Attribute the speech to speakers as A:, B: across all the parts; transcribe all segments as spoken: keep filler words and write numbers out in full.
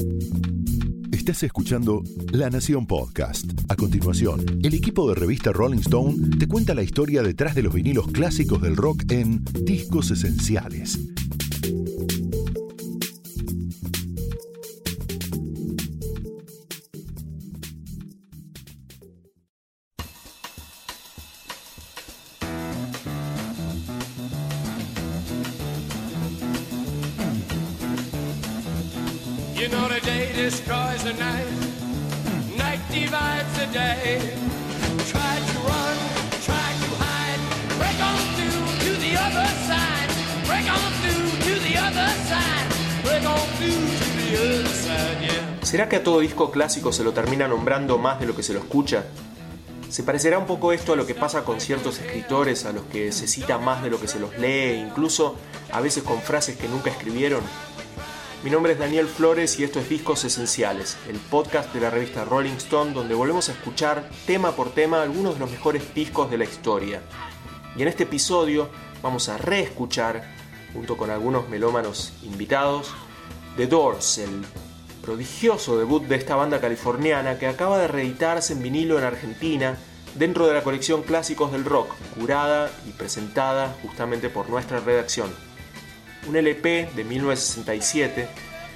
A: Estás escuchando La Nación Podcast. A continuación, el equipo de revista Rolling Stone te cuenta la historia detrás de los vinilos clásicos del rock en Discos Esenciales.
B: You know the day destroys the night, night divides the day. Try to run, try to hide, break on through to the other side, break on through to the other side, break on through to the other side, yeah.
C: ¿Será que a todo disco clásico se lo termina nombrando más de lo que se lo escucha? ¿Se parecerá un poco esto a lo que pasa con ciertos escritores a los que se cita más de lo que se los lee, incluso a veces con frases que nunca escribieron? Mi nombre es Daniel Flores y esto es Discos Esenciales, el podcast de la revista Rolling Stone donde volvemos a escuchar tema por tema algunos de los mejores discos de la historia. Y en este episodio vamos a reescuchar, junto con algunos melómanos invitados, The Doors, el prodigioso debut de esta banda californiana que acaba de reeditarse en vinilo en Argentina dentro de la colección Clásicos del Rock, curada y presentada justamente por nuestra redacción. Un L P de mil novecientos sesenta y siete,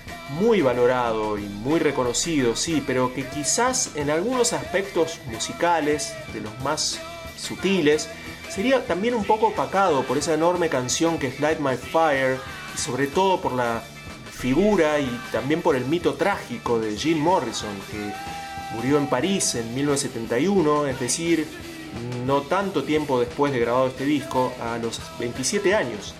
C: muy valorado y muy reconocido, sí, pero que quizás en algunos aspectos musicales, de los más sutiles, sería también un poco opacado por esa enorme canción que es Light My Fire, y sobre todo por la figura y también por el mito trágico de Jim Morrison, que murió en París en mil novecientos setenta y uno, es decir, no tanto tiempo después de grabado este disco, a los veintisiete años.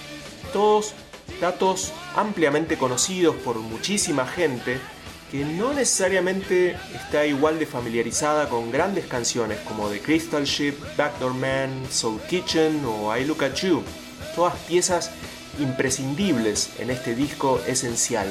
C: Todos datos ampliamente conocidos por muchísima gente que no necesariamente está igual de familiarizada con grandes canciones como The Crystal Ship, Backdoor Man, Soul Kitchen o I Look At You, todas piezas imprescindibles en este disco esencial.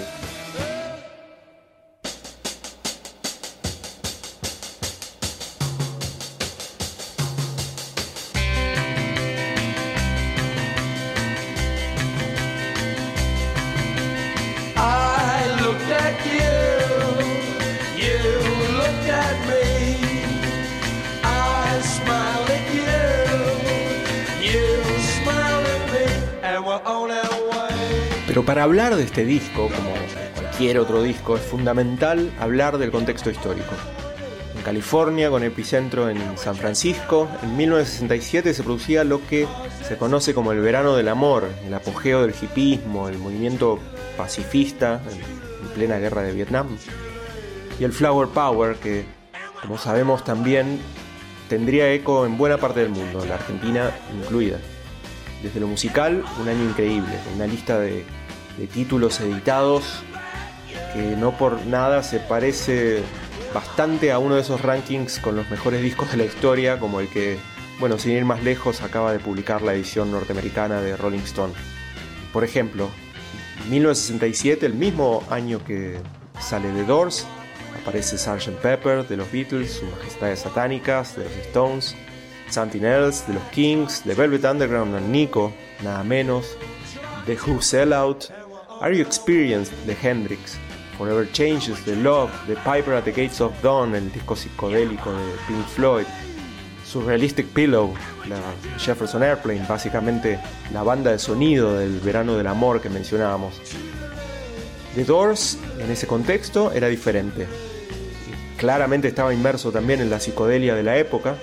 C: Pero para hablar de este disco, como cualquier otro disco, es fundamental hablar del contexto histórico. En California, con epicentro en San Francisco, en mil novecientos sesenta y siete se producía lo que se conoce como el verano del amor, el apogeo del hipismo, el movimiento pacifista en plena guerra de Vietnam, y el Flower Power, que, como sabemos también, tendría eco en buena parte del mundo, la Argentina incluida. Desde lo musical, un año increíble, una lista de, de títulos editados que no por nada se parece bastante a uno de esos rankings con los mejores discos de la historia, como el que, bueno, sin ir más lejos, acaba de publicar la edición norteamericana de Rolling Stone. Por ejemplo, en mil novecientos sesenta y siete, el mismo año que sale The Doors, aparece sergeant Pepper de los Beatles, Sus Majestades Satánicas de los Stones, Something Else de los Kings, The Velvet Underground and Nico, nada menos, The Who Sellout, Are You Experienced de Hendrix, Forever Changes de Love, The Piper at the Gates of Dawn, el disco psicodélico de Pink Floyd, Surrealistic Pillow, la Jefferson Airplane, básicamente la banda de sonido del verano del amor que mencionábamos. The Doors, en ese contexto, era diferente. Claramente estaba inmerso también en la psicodelia de la época,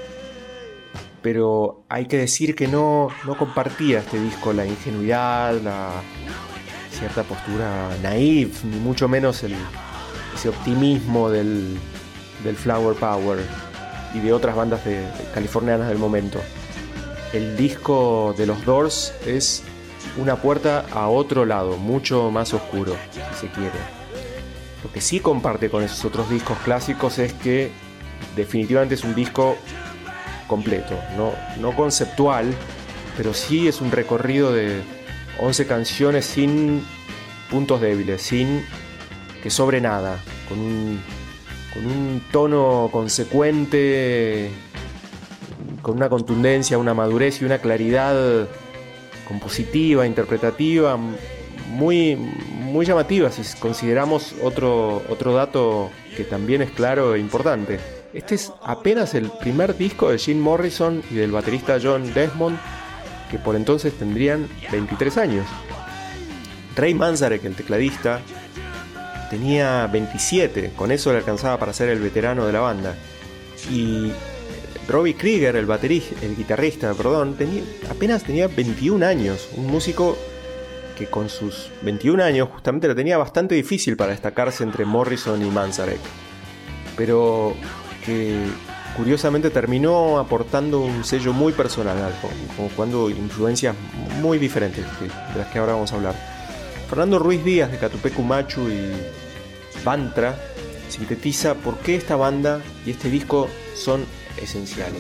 C: pero hay que decir que no, no compartía este disco la ingenuidad, la cierta postura naif, ni mucho menos el, ese optimismo del, del Flower Power y de otras bandas de, de californianas del momento. El disco de los Doors es una puerta a otro lado, mucho más oscuro, si se quiere. Lo que sí comparte con esos otros discos clásicos es que definitivamente es un disco completo, no, no conceptual, pero sí es un recorrido de once canciones sin puntos débiles, sin que sobre nada, con un, con un tono consecuente, con una contundencia, una madurez y una claridad compositiva, interpretativa, muy, muy llamativas si consideramos otro, otro dato que también es claro e importante. Este es apenas el primer disco de Jim Morrison y del baterista John Desmond, que por entonces tendrían veintitrés años. Ray Manzarek, el tecladista, tenía veintisiete, con eso le alcanzaba para ser el veterano de la banda. Y Robbie Krieger, el baterista, el guitarrista, perdón, tenía, apenas tenía veintiún años, un músico que con sus veintiún años justamente lo tenía bastante difícil para destacarse entre Morrison y Manzarek, pero que curiosamente terminó aportando un sello muy personal, como cuando influencias muy diferentes de las que ahora vamos a hablar. Fernando Ruiz Díaz de Catupecu Machu y Bantra sintetiza por qué esta banda y este disco son esenciales.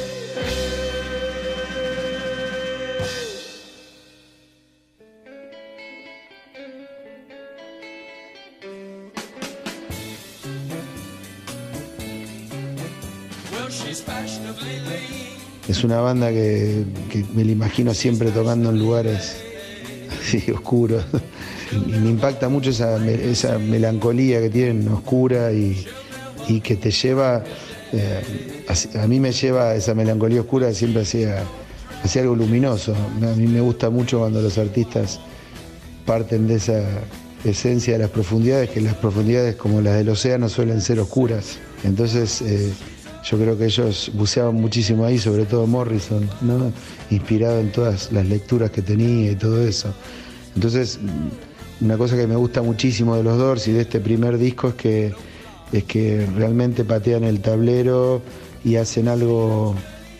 D: Es una banda que, que me la imagino siempre tocando en lugares así oscuros. Y me impacta mucho esa, esa melancolía que tienen, oscura y, y que te lleva, eh, a, a mí me lleva esa melancolía oscura siempre hacia, hacia algo luminoso. A mí me gusta mucho cuando los artistas parten de esa esencia de las profundidades, que las profundidades como las del océano suelen ser oscuras. Entonces eh, yo creo que ellos buceaban muchísimo ahí, sobre todo Morrison, ¿no? Inspirado en todas las lecturas que tenía y todo eso. Entonces, una cosa que me gusta muchísimo de los Doors y de este primer disco es que, es que realmente patean el tablero y hacen algo,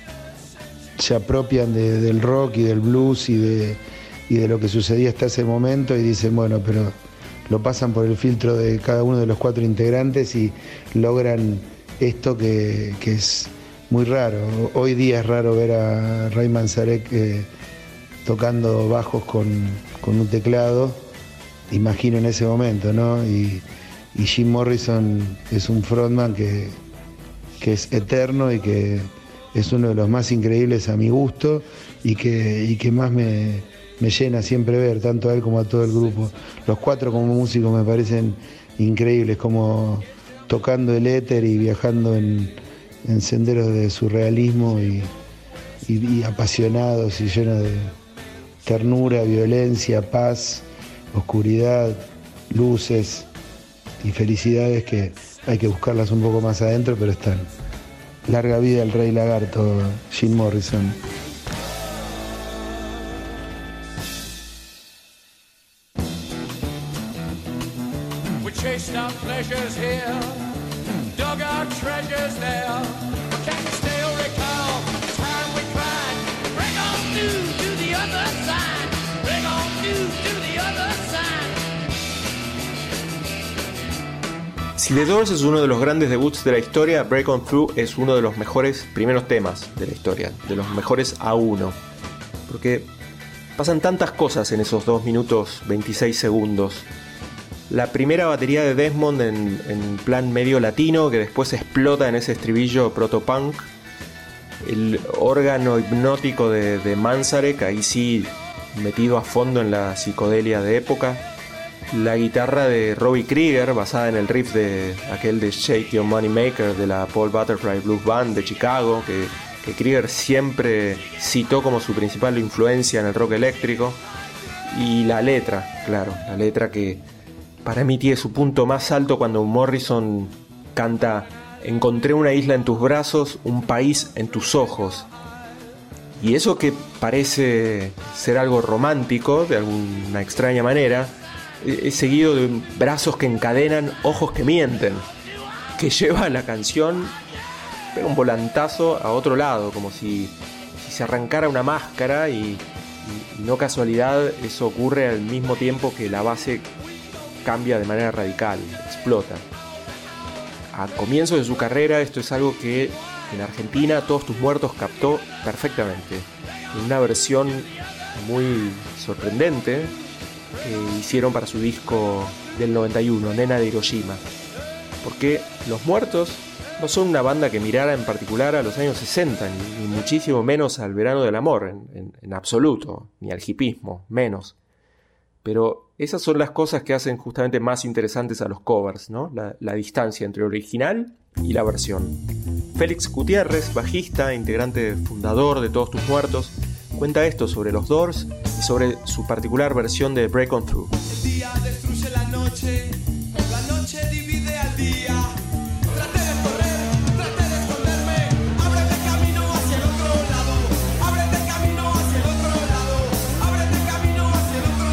D: se apropian de, del rock y del blues y de, y de lo que sucedía hasta ese momento y dicen, bueno, pero lo pasan por el filtro de cada uno de los cuatro integrantes y logran esto que, que es muy raro. Hoy día es raro ver a Ray Manzarek eh, tocando bajos con, con un teclado, imagino en ese momento, ¿no? Y, y Jim Morrison es un frontman que, que es eterno y que es uno de los más increíbles a mi gusto y que, y que más me, me llena siempre ver, tanto a él como a todo el grupo. Los cuatro como músicos me parecen increíbles, como tocando el éter y viajando en, en senderos de surrealismo y, y, y apasionados y llenos de ternura, violencia, paz, oscuridad, luces y felicidades que hay que buscarlas un poco más adentro, pero están. Larga vida al Rey Lagarto, Jim Morrison.
B: We chased our pleasures here, dug our treasures there. But can you still recall the time we cried? Bring on through to the other side. Bring on through to the other side.
C: Si The Doors es uno de los grandes debuts de la historia, Break On Through es uno de los mejores primeros temas de la historia, de los mejores a uno. Porque pasan tantas cosas en esos dos minutos veintiséis segundos. La primera batería de Desmond en, en plan medio latino, que después explota en ese estribillo protopunk. El órgano hipnótico de, de Manzarek, ahí sí metido a fondo en la psicodelia de época. La guitarra de Robbie Krieger, basada en el riff de aquel de Shake Your Money Maker de la Paul Butterfly Blues Band de Chicago, que, que Krieger siempre citó como su principal influencia en el rock eléctrico. Y la letra, claro, la letra que para mí tiene su punto más alto cuando Morrison canta: encontré una isla en tus brazos, un país en tus ojos. Y eso que parece ser algo romántico de alguna extraña manera, es seguido de brazos que encadenan, ojos que mienten, que lleva la canción, pega un volantazo a otro lado, como si, si se arrancara una máscara y, y no casualidad eso ocurre al mismo tiempo que la base cambia de manera radical, explota. A comienzos de su carrera esto es algo que en Argentina Todos Tus Muertos captó perfectamente, en una versión muy sorprendente que hicieron para su disco del noventa y uno, Nena de Hiroshima. Porque Los Muertos no son una banda que mirara en particular a los años sesenta, ni, ni muchísimo menos al verano del amor, en, en, en absoluto, ni al hipismo, menos. Pero esas son las cosas que hacen justamente más interesantes a los covers, ¿no? La, la distancia entre el original y la versión. Félix Gutiérrez, bajista, integrante fundador de Todos Tus Muertos, cuenta esto sobre los Doors y sobre su particular versión de Break On Through.
B: El día destruye la noche, la noche divide al día. Traté de correr, traté de esconderme. Ábrete camino hacia el otro lado. Ábrete camino hacia el otro lado. Ábrete camino hacia el otro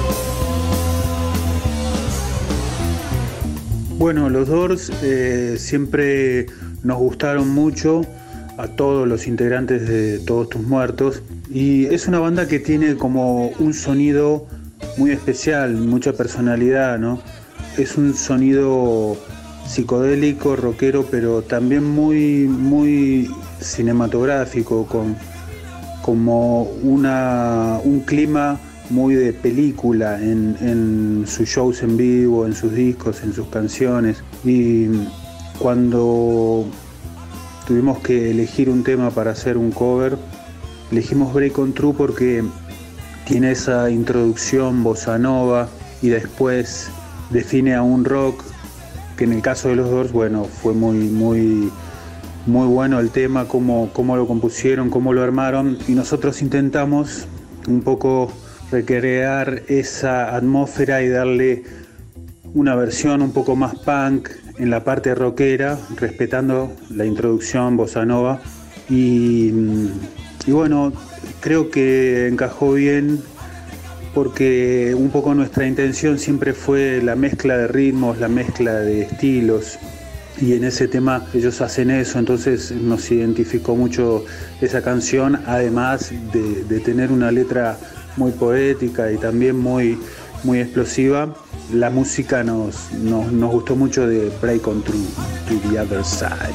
B: lado.
E: Bueno, los Doors eh, siempre nos gustaron mucho a todos los integrantes de Todos Tus Muertos, y es una banda que tiene como un sonido muy especial, mucha personalidad, ¿no? Es un sonido psicodélico, rockero, pero también muy, muy cinematográfico, con como una, un clima muy de película en, en sus shows en vivo, en sus discos, en sus canciones. Y cuando tuvimos que elegir un tema para hacer un cover, elegimos Break On Through porque tiene esa introducción bossa nova y después define a un rock que en el caso de los Doors, bueno, fue muy, muy, muy bueno el tema, cómo, cómo lo compusieron, cómo lo armaron, y nosotros intentamos un poco recrear esa atmósfera y darle una versión un poco más punk en la parte rockera, respetando la introducción bossa nova, y, y bueno, creo que encajó bien porque un poco nuestra intención siempre fue la mezcla de ritmos, la mezcla de estilos, y en ese tema ellos hacen eso, entonces nos identificó mucho esa canción, además de, de tener una letra muy poética y también muy, muy explosiva. La música nos, nos, nos gustó mucho de Break On Through to the Other Side.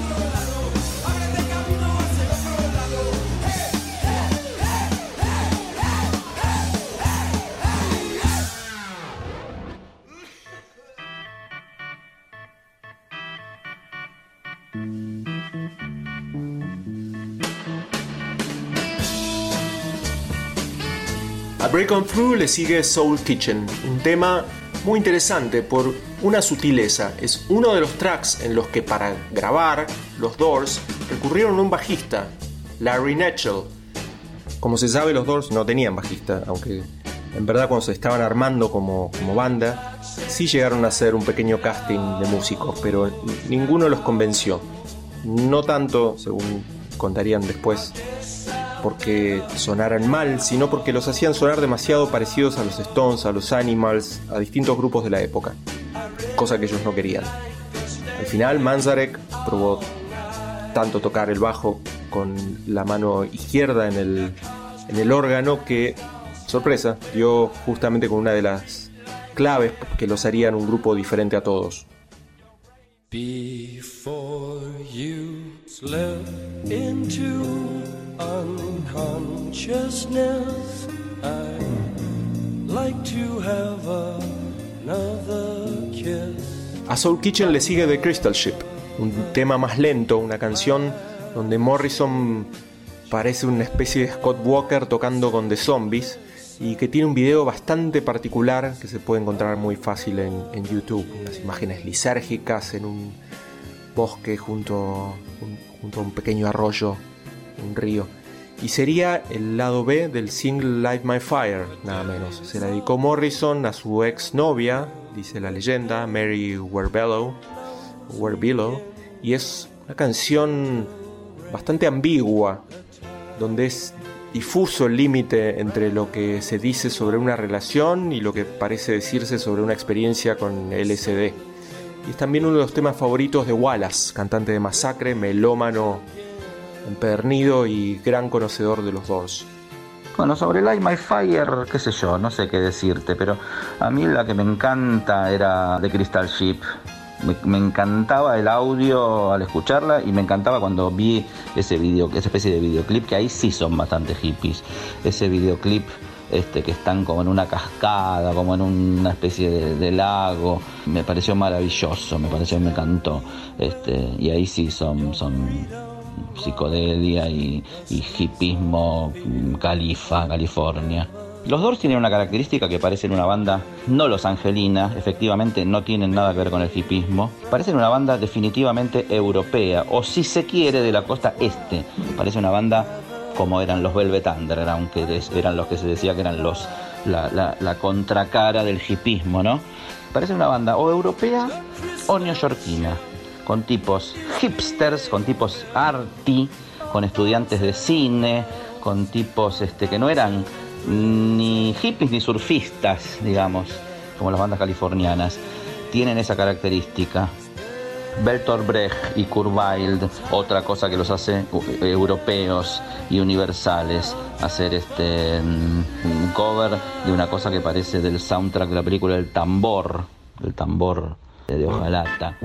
C: A Break On Through le sigue Soul Kitchen, un tema muy interesante por una sutileza. Es uno de los tracks en los que para grabar los Doors recurrieron a un bajista, Larry Netchell. Como se sabe, los Doors no tenían bajista, aunque en verdad cuando se estaban armando como, como banda sí llegaron a hacer un pequeño casting de músicos, pero ninguno los convenció. No tanto, según contarían después, porque sonaran mal, sino porque los hacían sonar demasiado parecidos a los Stones, a los Animals, a distintos grupos de la época, cosa que ellos no querían. Al final Manzarek probó tanto tocar el bajo con la mano izquierda en el, en el órgano que, sorpresa, dio justamente con una de las claves que los harían un grupo diferente a todos.
B: Before you slip into unconsciousness, I'd like to have another kiss.
C: A Soul Kitchen le sigue The Crystal Ship, un tema más lento, una canción donde Morrison parece una especie de Scott Walker tocando con The Zombies, y que tiene un video bastante particular que se puede encontrar muy fácil en, en YouTube. Unas imágenes lisérgicas en un bosque junto, un, junto a un pequeño arroyo, un río. Y sería el lado B del single Light My Fire, nada menos. Se la dedicó Morrison a su ex novia, dice la leyenda, Mary Werbelow, Werbelow, y es una canción bastante ambigua, donde es difuso el límite entre lo que se dice sobre una relación y lo que parece decirse sobre una experiencia con L S D. Y es también uno de los temas favoritos de Wallace, cantante de Masacre, melómano empedernido y gran conocedor de los Doors.
F: Bueno, sobre Light My Fire, qué sé yo, no sé qué decirte, pero a mí la que me encanta era The Crystal Ship. Me, me encantaba el audio al escucharla, y me encantaba cuando vi ese video, esa especie de videoclip, que ahí sí son bastante hippies. Ese videoclip este, que están como en una cascada, como en una especie de, de lago, me pareció maravilloso, me pareció, me encantó. Este, y ahí sí son, son psicodelia y, y hippismo, Califa, California. Los Doors tienen una característica que parecen una banda, no Los Angelina, efectivamente no tienen nada que ver con el hipismo, parecen una banda definitivamente europea, o si se quiere de la costa este, parece una banda como eran los Velvet Underground, que eran los que se decía que eran los, la, la, la contracara del hipismo, ¿no? Parece una banda o europea o neoyorquina, con tipos hipsters, con tipos arty, con estudiantes de cine, con tipos este, que no eran ni hippies ni surfistas, digamos, como las bandas californianas. Tienen esa característica. Bertolt Brecht y Kurt Weill, otra cosa que los hace europeos y universales, hacer este un cover de una cosa que parece del soundtrack de la película El Tambor, el tambor de hojalata.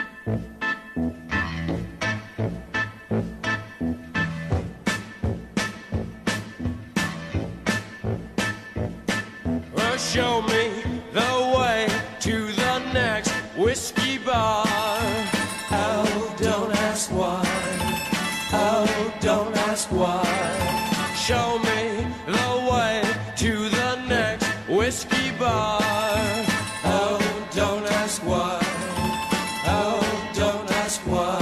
B: Show me the way to the next whiskey bar. Oh, don't ask why. Oh, don't ask why. Show me the way to the next whiskey bar. Oh, don't ask why. Oh, don't ask why.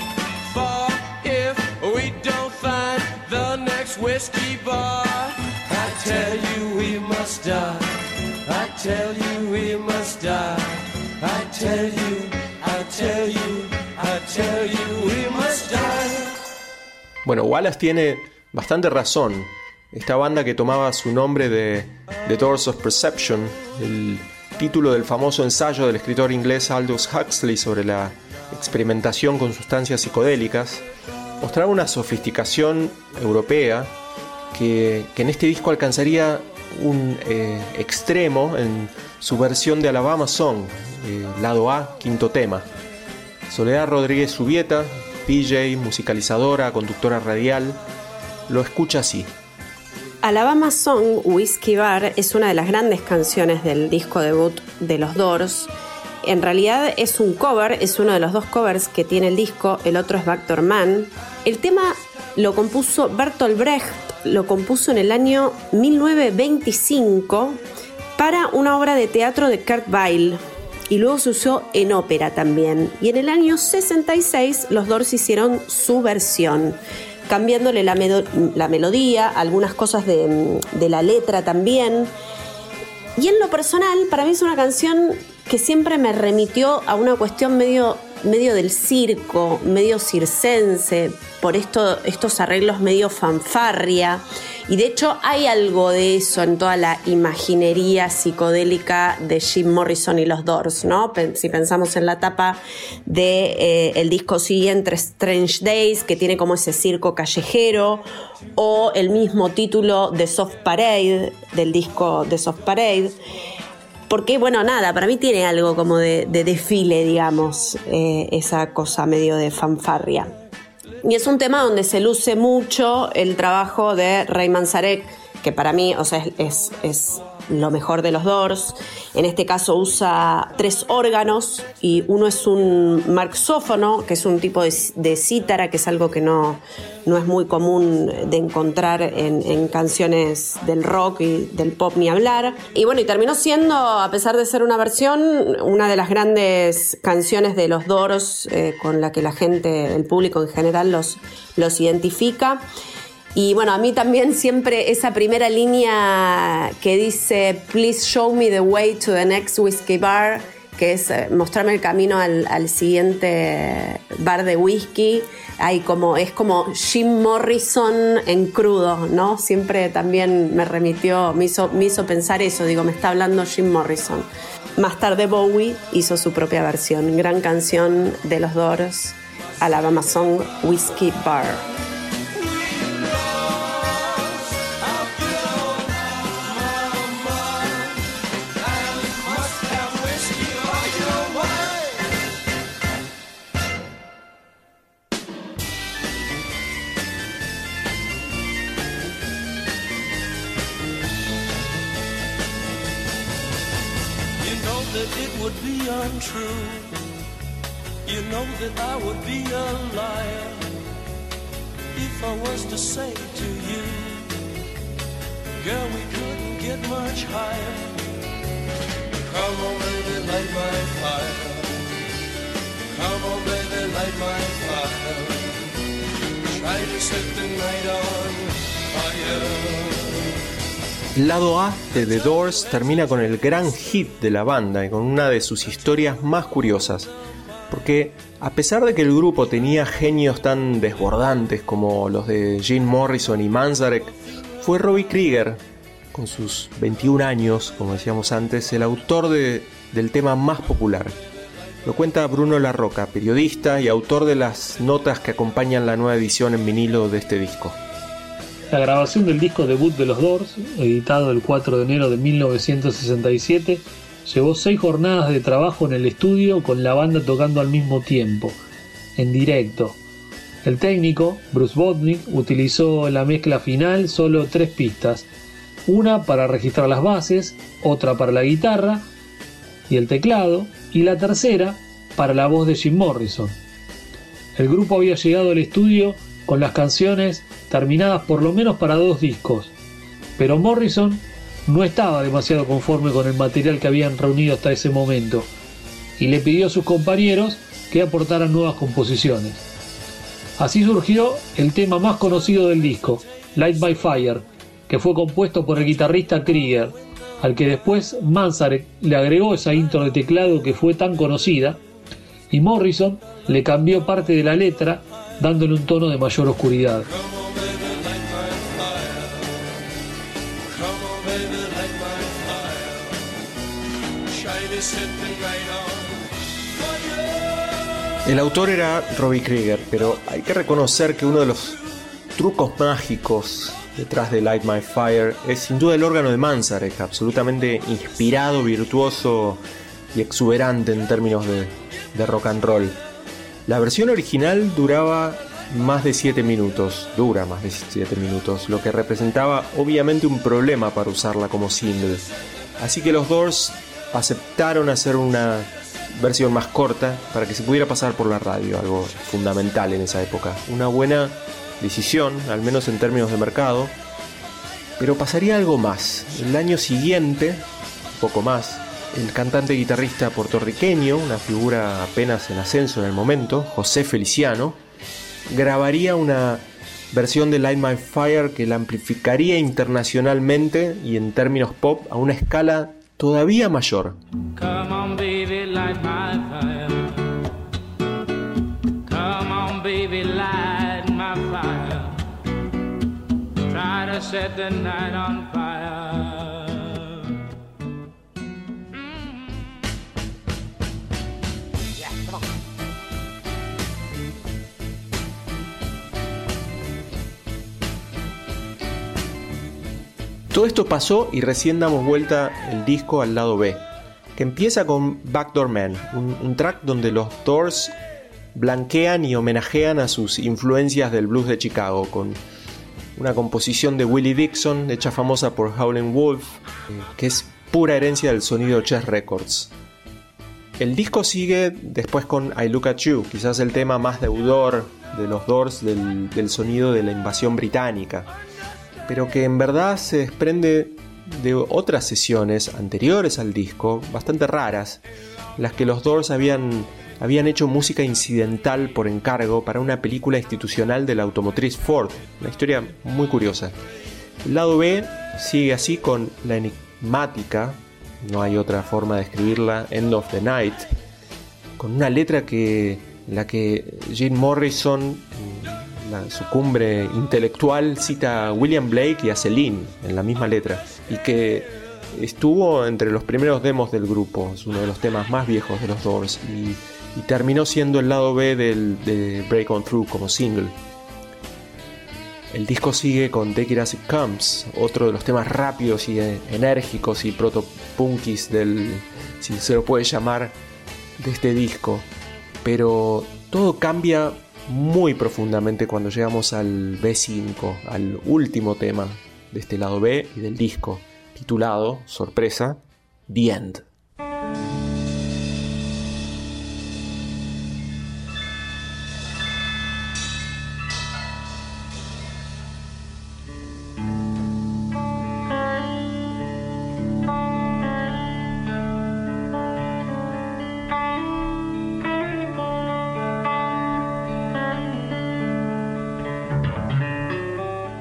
B: For if we don't find the next whiskey bar, I tell you we must die. I tell you we must die. I tell you, I tell you, I tell you we must die.
C: Bueno, Wallace tiene bastante razón. Esta banda que tomaba su nombre de The Doors of Perception, el título del famoso ensayo del escritor inglés Aldous Huxley sobre la experimentación con sustancias psicodélicas, mostraba una sofisticación europea que, que en este disco alcanzaría un eh, extremo en su versión de Alabama Song, eh, lado A, quinto tema. Soledad Rodríguez Subieta, D J, musicalizadora, conductora radial, lo escucha así.
G: Alabama Song, Whiskey Bar, es una de las grandes canciones del disco debut de los Doors. En realidad es un cover, es uno de los dos covers que tiene el disco, el otro es Backdoor Man. El tema lo compuso Bertolt Brecht, lo compuso en el año mil novecientos veinticinco para una obra de teatro de Kurt Weill y luego se usó en ópera también. Y en el año sesenta y seis los Doors hicieron su versión, cambiándole la, medo- la melodía, algunas cosas de, de la letra también. Y en lo personal, para mí es una canción que siempre me remitió a una cuestión medio, medio del circo, medio circense, por esto, estos arreglos medio fanfarria. Y de hecho hay algo de eso en toda la imaginería psicodélica de Jim Morrison y los Doors, ¿no? Si pensamos en la tapa del de, eh, disco siguiente, Strange Days, que tiene como ese circo callejero, o el mismo título de Soft Parade, del disco de Soft Parade. Porque, bueno, nada, para mí tiene algo como de, de desfile, digamos, eh, esa cosa medio de fanfarria. Y es un tema donde se luce mucho el trabajo de Ray Manzarek, que para mí, o sea, es, es, es lo mejor de los Doors. En este caso usa tres órganos y uno es un marxófono, que es un tipo de, de cítara, que es algo que no, no es muy común de encontrar en, en canciones del rock y del pop ni hablar. Y bueno, y terminó siendo, a pesar de ser una versión, una de las grandes canciones de los Doors eh, con la que la gente, el público en general los, los identifica. Y bueno, a mí también siempre esa primera línea que dice "Please show me the way to the next whiskey bar", que es eh, mostrarme el camino al, al siguiente bar de whisky. Hay como, es como Jim Morrison en crudo, ¿no? Siempre también me remitió, me hizo, me hizo pensar eso, digo, me está hablando Jim Morrison. Más tarde Bowie hizo su propia versión, gran canción de los Doors, Alabama Song, Whiskey Bar.
B: Untrue. You know that I would be a liar if I was to say to you, girl, we couldn't get much higher. Come on, baby, light my fire. Come on, baby, light my fire. Try to set the night on fire.
C: El lado A de The Doors termina con el gran hit de la banda y con una de sus historias más curiosas, porque a pesar de que el grupo tenía genios tan desbordantes como los de Jim Morrison y Manzarek, fue Robbie Krieger, con sus veintiún años, como decíamos antes, el autor de, del tema más popular. Lo cuenta Bruno La Roca, periodista y autor de las notas que acompañan la nueva edición en vinilo de este disco.
H: La grabación del disco debut de los Doors, editado el cuatro de enero de mil novecientos sesenta y siete, llevó seis jornadas de trabajo en el estudio con la banda tocando al mismo tiempo, en directo. El técnico, Bruce Botnick, utilizó en la mezcla final solo tres pistas, una para registrar las bases, otra para la guitarra y el teclado, y la tercera para la voz de Jim Morrison. El grupo había llegado al estudio con las canciones terminadas por lo menos para dos discos, pero Morrison no estaba demasiado conforme con el material que habían reunido hasta ese momento y le pidió a sus compañeros que aportaran nuevas composiciones. Así surgió el tema más conocido del disco, Light My Fire, que fue compuesto por el guitarrista Krieger, al que después Manzarek le agregó esa intro de teclado que fue tan conocida, y Morrison le cambió parte de la letra dándole un tono de mayor oscuridad.
C: El autor era Robbie Krieger, pero hay que reconocer que uno de los trucos mágicos detrás de Light My Fire es sin duda el órgano de Manzarek, absolutamente inspirado, virtuoso y exuberante en términos de, de rock and roll. La versión original duraba más de siete minutos, dura más de siete minutos, lo que representaba obviamente un problema para usarla como single. Así que los Doors aceptaron hacer una versión más corta para que se pudiera pasar por la radio, algo fundamental en esa época. Una buena decisión, al menos en términos de mercado, pero pasaría algo más. El año siguiente, un poco más, el cantante y guitarrista puertorriqueño, una figura apenas en ascenso en el momento, José Feliciano, grabaría una versión de Light My Fire que la amplificaría internacionalmente y en términos pop a una escala todavía mayor.
B: Come on, baby, light my fire. Come on, baby, light my fire. Try to set the night on fire. Yeah, come on.
C: Todo esto pasó y recién damos vuelta el disco al lado B, que empieza con Backdoor Man, un, un track donde los Doors blanquean y homenajean a sus influencias del blues de Chicago, con una composición de Willie Dixon hecha famosa por Howlin' Wolf, que es pura herencia del sonido Chess Records. El disco sigue después con I Look At You, quizás el tema más deudor de los Doors del, del sonido de la invasión británica, pero que en verdad se desprende de otras sesiones anteriores al disco, bastante raras, en las que los Doors habían, habían hecho música incidental por encargo para una película institucional de la automotriz Ford, una historia muy curiosa. El lado B sigue así con la enigmática, no hay otra forma de escribirla, End of the Night, con una letra que, en la que Jim Morrison, La, su cumbre intelectual, cita a William Blake y a Celine en la misma letra, y que estuvo entre los primeros demos del grupo, es uno de los temas más viejos de los Doors, y, y terminó siendo el lado B del, de Break On Through como single. El disco sigue con Take It As It Comes, otro de los temas rápidos y enérgicos y proto-punkis del, si se lo puede llamar, de este disco, pero todo cambia muy profundamente cuando llegamos al B cinco, al último tema de este lado B y del disco, titulado, sorpresa, The End.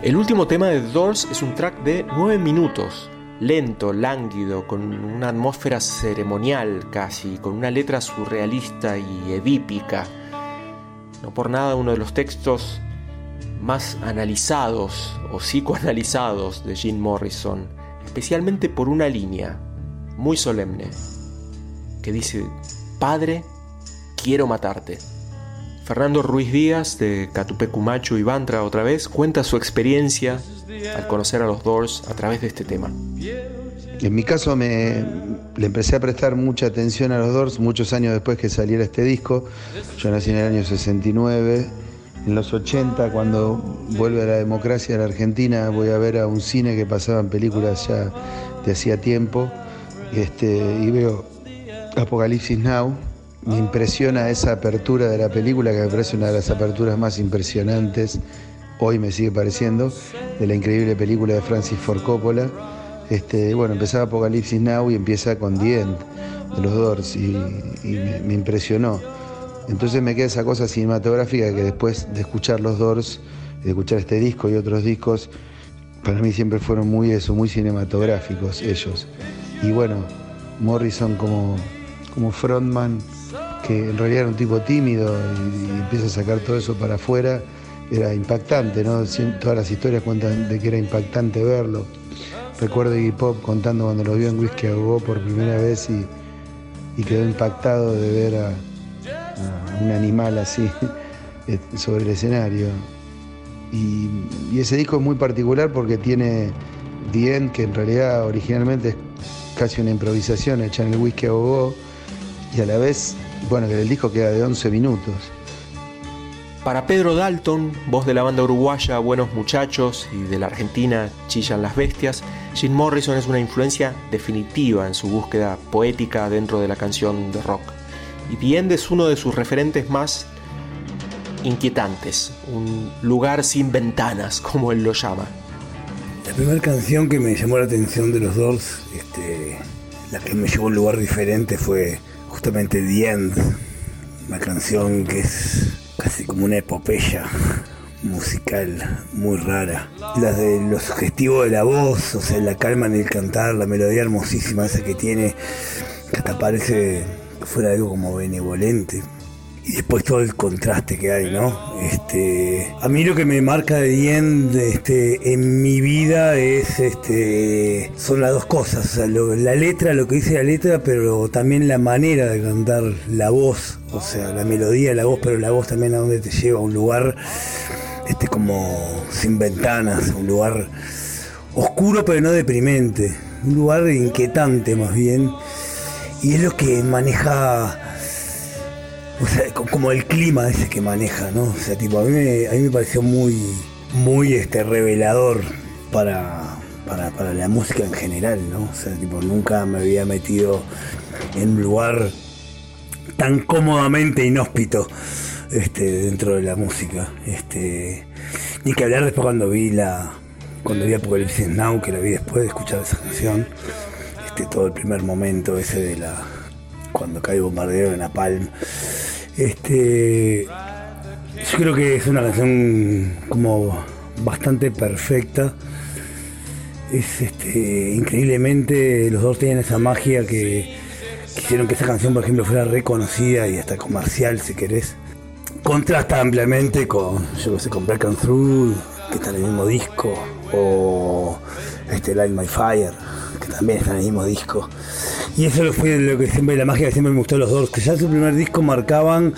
C: El último tema de The Doors es un track de nueve minutos, lento, lánguido, con una atmósfera ceremonial casi, con una letra surrealista y edípica. No por nada uno de los textos más analizados o psicoanalizados de Jim Morrison, especialmente por una línea muy solemne que dice: Padre, quiero matarte. Fernando Ruiz Díaz, de Catupecu-Machu y Bantra otra vez, cuenta su experiencia al conocer a los Doors a través de este tema.
D: En mi caso me, le empecé a prestar mucha atención a los Doors muchos años después que saliera este disco. Yo nací en el año sesenta y nueve. En los ochenta, cuando vuelve a la democracia en la Argentina, voy a ver a un cine que pasaban películas ya de hacía tiempo, este, y veo Apocalipsis Now. Me impresiona esa apertura de la película, que me parece una de las aperturas más impresionantes, hoy me sigue pareciendo, de la increíble película de Francis Ford Coppola. Este, bueno, empezaba Apocalipsis Now y empieza con The End de los Doors, y, y me, me impresionó. Entonces me queda esa cosa cinematográfica que después de escuchar los Doors, de escuchar este disco y otros discos, para mí siempre fueron muy eso, muy cinematográficos ellos. Y bueno, Morrison como, como frontman, que en realidad era un tipo tímido y, y empieza a sacar todo eso para afuera, era impactante, ¿no? Todas las historias cuentan de que era impactante verlo. Recuerdo a Iggy Pop contando cuando lo vio en Whisky a Go por primera vez y, y quedó impactado de ver a un animal así sobre el escenario. Y, y ese disco es muy particular porque tiene The End, que en realidad originalmente es casi una improvisación hecha en el Whisky a Go, y a la vez, bueno, que el disco queda de once minutos.
C: Para Pedro Dalton, voz de la banda uruguaya Buenos Muchachos y de la Argentina Chillan las Bestias, Jim Morrison es una influencia definitiva en su búsqueda poética dentro de la canción de rock. Y The End es uno de sus referentes más inquietantes, un lugar sin ventanas, como él lo llama.
I: La primera canción que me llamó la atención de los Doors, este, la que me llevó a un lugar diferente, fue justamente The End, una canción que es casi como una epopeya musical muy rara. Las de lo sugestivo de la voz, o sea, la calma en el cantar, la melodía hermosísima esa que tiene, que hasta parece fuera algo como benevolente, y después todo el contraste que hay, ¿no? Este, a mí lo que me marca de The End, este, en mi vida es, este, son las dos cosas, o sea, lo, la letra, lo que dice la letra, pero también la manera de cantar, la voz, o sea, la melodía, la voz, pero la voz también a donde te lleva, a un lugar, este, como sin ventanas, un lugar oscuro pero no deprimente, un lugar inquietante más bien. Y es lo que maneja, o sea, como el clima ese que maneja, ¿no? O sea, tipo, a mí me, a mí me pareció muy, muy este, revelador para, para, para la música en general, ¿no? O sea, tipo, nunca me había metido en un lugar tan cómodamente inhóspito este, dentro de la música. Este, ni que hablar después cuando vi la, cuando vi Apocalipsis Now, que la vi después de escuchar esa canción. Todo el primer momento ese de la cuando cae el bombardeo de Napalm, este yo creo que es una canción como bastante perfecta. Es este increíblemente los dos tienen esa magia que hicieron que esa canción, por ejemplo, fuera reconocida y hasta comercial, si querés. Contrasta ampliamente con, yo que sé, con Break On Through, que está en el mismo disco, o este Light My Fire, que también está en el mismo disco. Y eso fue lo que siempre, la magia que siempre me gustó de los Doors, que ya en su primer disco marcaban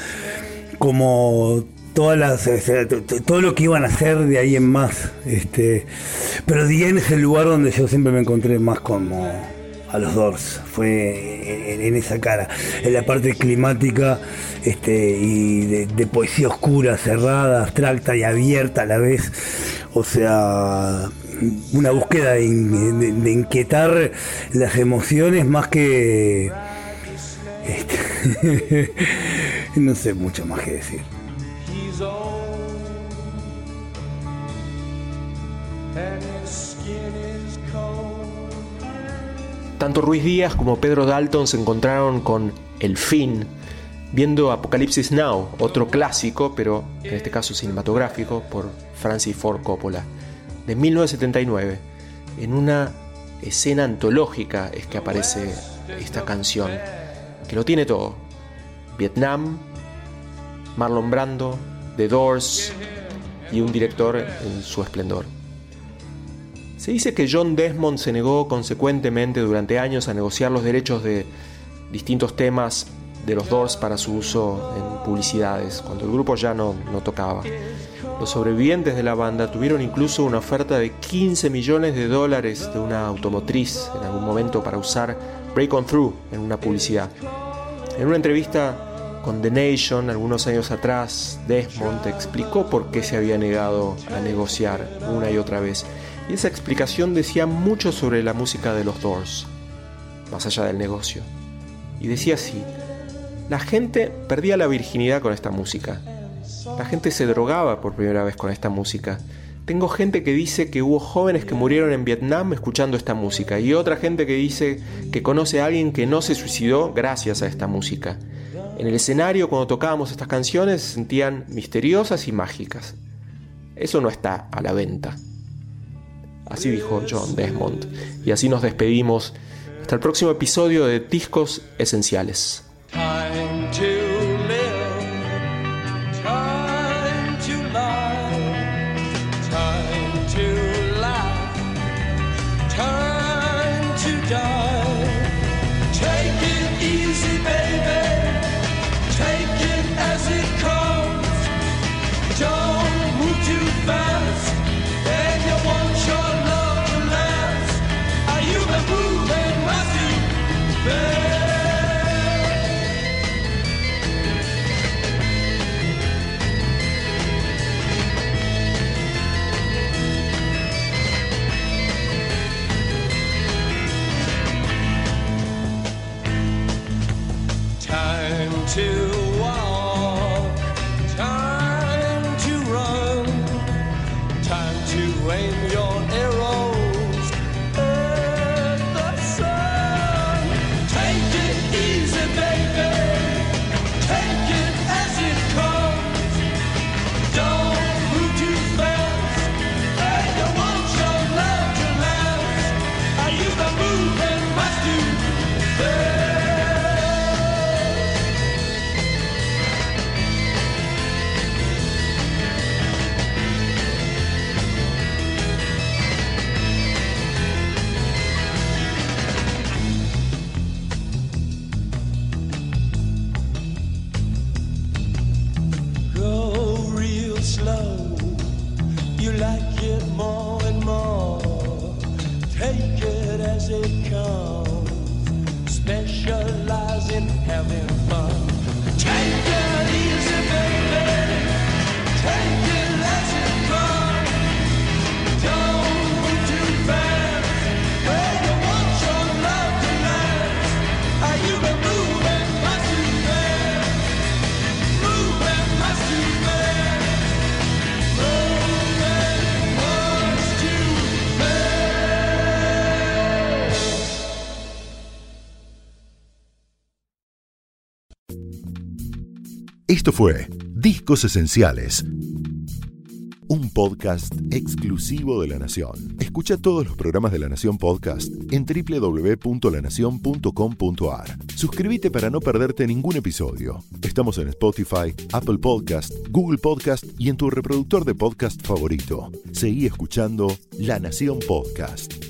I: como todas las, o sea, todo lo que iban a hacer de ahí en más. Este, pero The End es el lugar donde yo siempre me encontré más como a los Doors, fue en, en esa cara, en la parte climática este, y de, de poesía oscura, cerrada, abstracta y abierta a la vez. O sea, una búsqueda de, de, de inquietar las emociones más que este, no sé mucho más que decir.
C: Tanto Ruiz Díaz como Pedro Dalton se encontraron con El Fin viendo Apocalipsis Now, otro clásico, pero en este caso cinematográfico, por Francis Ford Coppola. de mil novecientos setenta y nueve. En una escena antológica es que aparece esta canción, que lo tiene todo: Vietnam, Marlon Brando, The Doors y un director en su esplendor. Se dice que John Desmond se negó consecuentemente durante años a negociar los derechos de distintos temas de los Doors para su uso en publicidades, cuando el grupo ya no, no tocaba. Los sobrevivientes de la banda tuvieron incluso una oferta de quince millones de dólares de una automotriz en algún momento para usar Break On Through en una publicidad. En una entrevista con The Nation algunos años atrás, Desmond explicó por qué se había negado a negociar una y otra vez, y esa explicación decía mucho sobre la música de los Doors, más allá del negocio. Y decía así: la gente perdía la virginidad con esta música. La gente se drogaba por primera vez con esta música. Tengo gente que dice que hubo jóvenes que murieron en Vietnam escuchando esta música, y otra gente que dice que conoce a alguien que no se suicidó gracias a esta música. En el escenario, cuando tocábamos estas canciones, se sentían misteriosas y mágicas. Eso no está a la venta. Así dijo John Desmond. Y así nos despedimos. Hasta el próximo episodio de Discos Esenciales.
B: Time to live, time to lie, time to laugh, time to die. Take it easy, baby, take it as it comes. Don't move too fast, then you want your love to last. Are you the moving, must you bear? To walk, time to run, time to aim your arrows at the sun. Take it easy, baby, take it as it comes. Don't move too fast, and you want your love to last. Are you the moving must do best? You like it more and more. Take it as it comes. Specialize in having fun. Take it easy, baby. Take it as it comes. Don't move too fast. Where you want your love to last. Are you the moving must do fast? Moving must do fast.
A: Esto fue Discos Esenciales, un podcast exclusivo de La Nación. Escucha todos los programas de La Nación Podcast en doble u doble u doble u punto la nación punto com punto a r. Suscríbete para no perderte ningún episodio. Estamos en Spotify, Apple Podcast, Google Podcast y en tu reproductor de podcast favorito. Seguí escuchando La Nación Podcast.